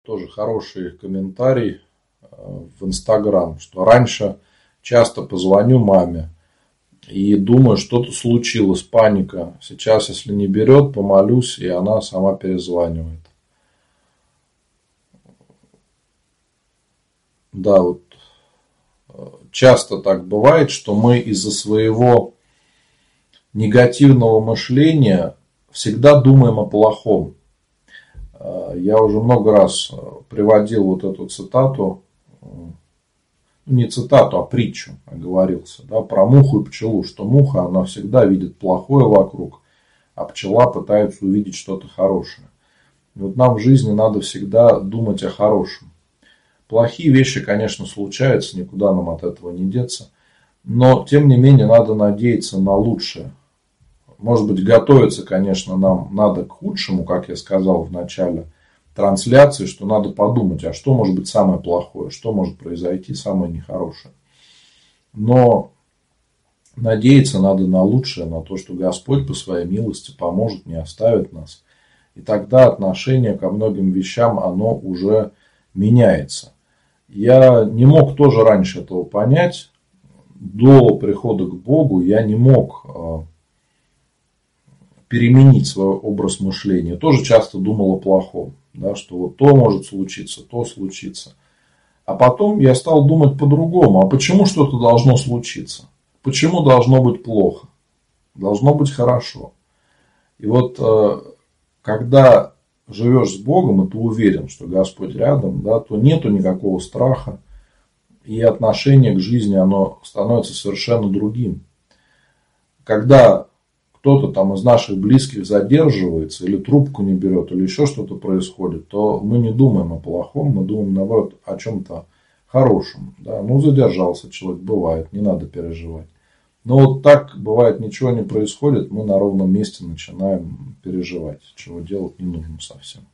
Тоже хороший комментарий в Инстаграм, что раньше часто позвоню маме и думаю, что-то случилось, паника. Сейчас, если не берет, помолюсь, и она сама перезванивает. Да, вот часто так бывает, что мы из-за своего негативного мышления всегда думаем о плохом. Я уже много раз приводил вот эту цитату, не цитату, а притчу оговорился, да, про муху и пчелу, что муха, она всегда видит плохое вокруг, а пчела пытается увидеть что-то хорошее. И вот нам в жизни надо всегда думать о хорошем. Плохие вещи, конечно, случаются, никуда нам от этого не деться, но, тем не менее, надо надеяться на лучшее. Может быть, готовиться, конечно, нам надо к худшему, как я сказал в начале трансляции, что надо подумать, а что может быть самое плохое, что может произойти самое нехорошее. Но надеяться надо на лучшее, на то, что Господь по своей милости поможет, не оставит нас. И тогда отношение ко многим вещам, оно уже меняется. Я не мог тоже раньше этого понять. До прихода к Богу я не мог переменить свой образ мышления. Тоже часто думал о плохом. Да, что вот то может случиться, то случится. А потом я стал думать по-другому. А почему что-то должно случиться? Почему должно быть плохо? Должно быть хорошо. И вот когда живешь с Богом, и ты уверен, что Господь рядом, да, то нету никакого страха. И отношение к жизни, оно становится совершенно другим. Когда кто-то там из наших близких задерживается, или трубку не берет, или еще что-то происходит, то мы не думаем о плохом, мы думаем, наоборот, о чем-то хорошем. Да? Ну, задержался человек, бывает, не надо переживать. Но вот так бывает, ничего не происходит, мы на ровном месте начинаем переживать, чего делать не нужно совсем.